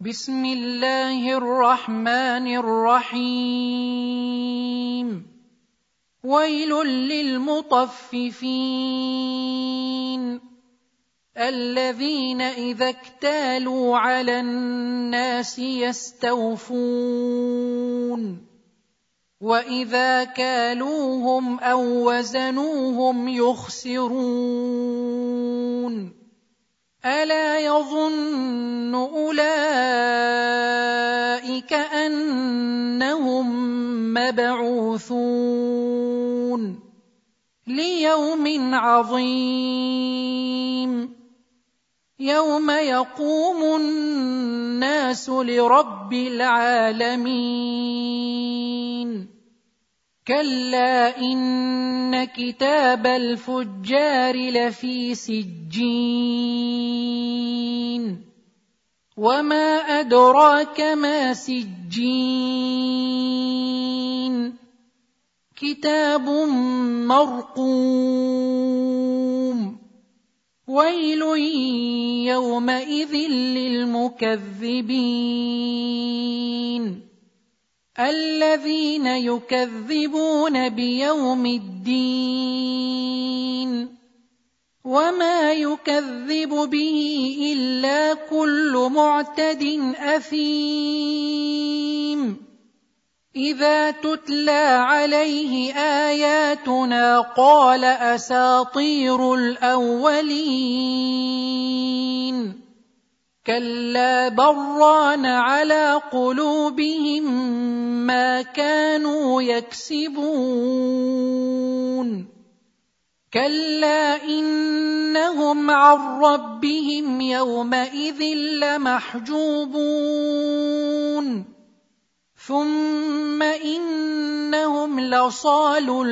بسم الله الرحمن الرحيم ويل للمطففين الذين إذا اكتالوا على الناس يستوفون وإذا كالوهم أو وزنوهم يخسرون ألا يظن أولئك أنهم مبعوثون ليوم عظيم يوم يقوم الناس لرب العالمين كلا إن كتاب الفجار لفي سجين وما أدراك ما سجين كتاب مرقوم ويل يومئذ للمكذبين الذين يكذبون بيوم الدين وما يكذب به إلا كل معتد أثيم إذا تتلى عليه آياتنا قال أساطير الأولين كلا بران على قلوبهم ما كانوا يكسبون كلا إنهم عن ربهم يومئذ لمحجوبون ثم إنهم لصالو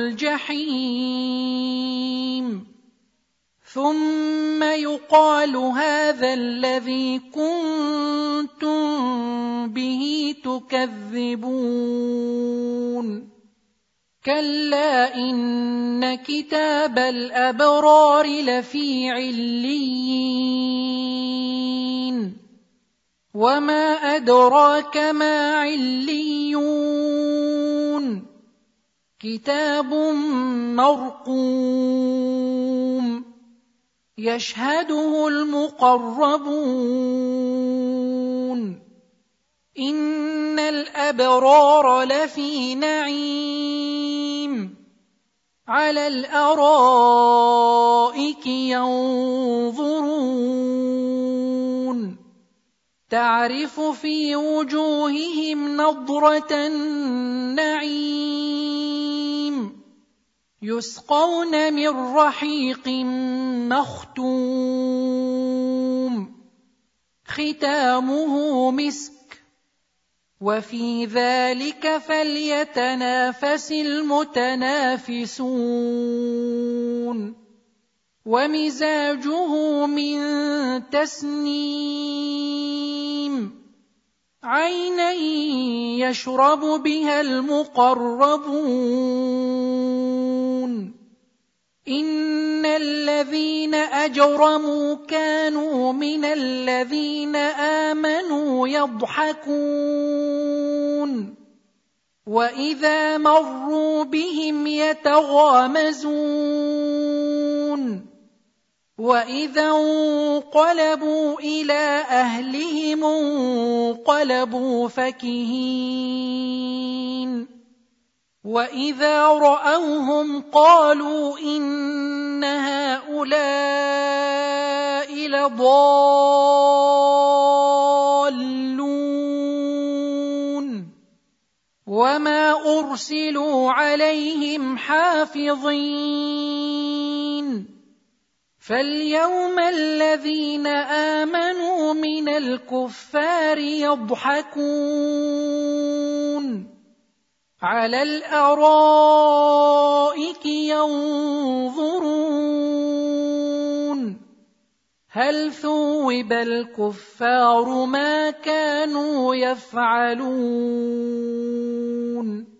الجحيم ثم يقال هذا الذي كنتم به تكذبون كلا إن كتاب الأبرار لفي عليين وما أدراك ما عليون كتاب مرقوم يشهده المقربون إن الأبرار لفي نعيم على الأرائك ينظرون تعرف في وجوههم نضرة النعيم يسقون من رحيق مختوم ختامه مسك وفي ذلك فليتنافس المتنافسون ومزاجه من تسنيم عينا يشرب بها المقربون إن الذين أجرموا كانوا من الذين آمنوا يضحكون وإذا مروا بهم يتغامزون وإذا انقلبوا إلى أهلهم انقلبوا فكهين وإذا رأوهم قالوا إن هؤلاء لضالون وما أرسلوا عليهم حافظين فاليوم الذين آمنوا من الكفار يضحكون على الأرائك ينظرون هل ثوب الكفار ما كانوا يفعلون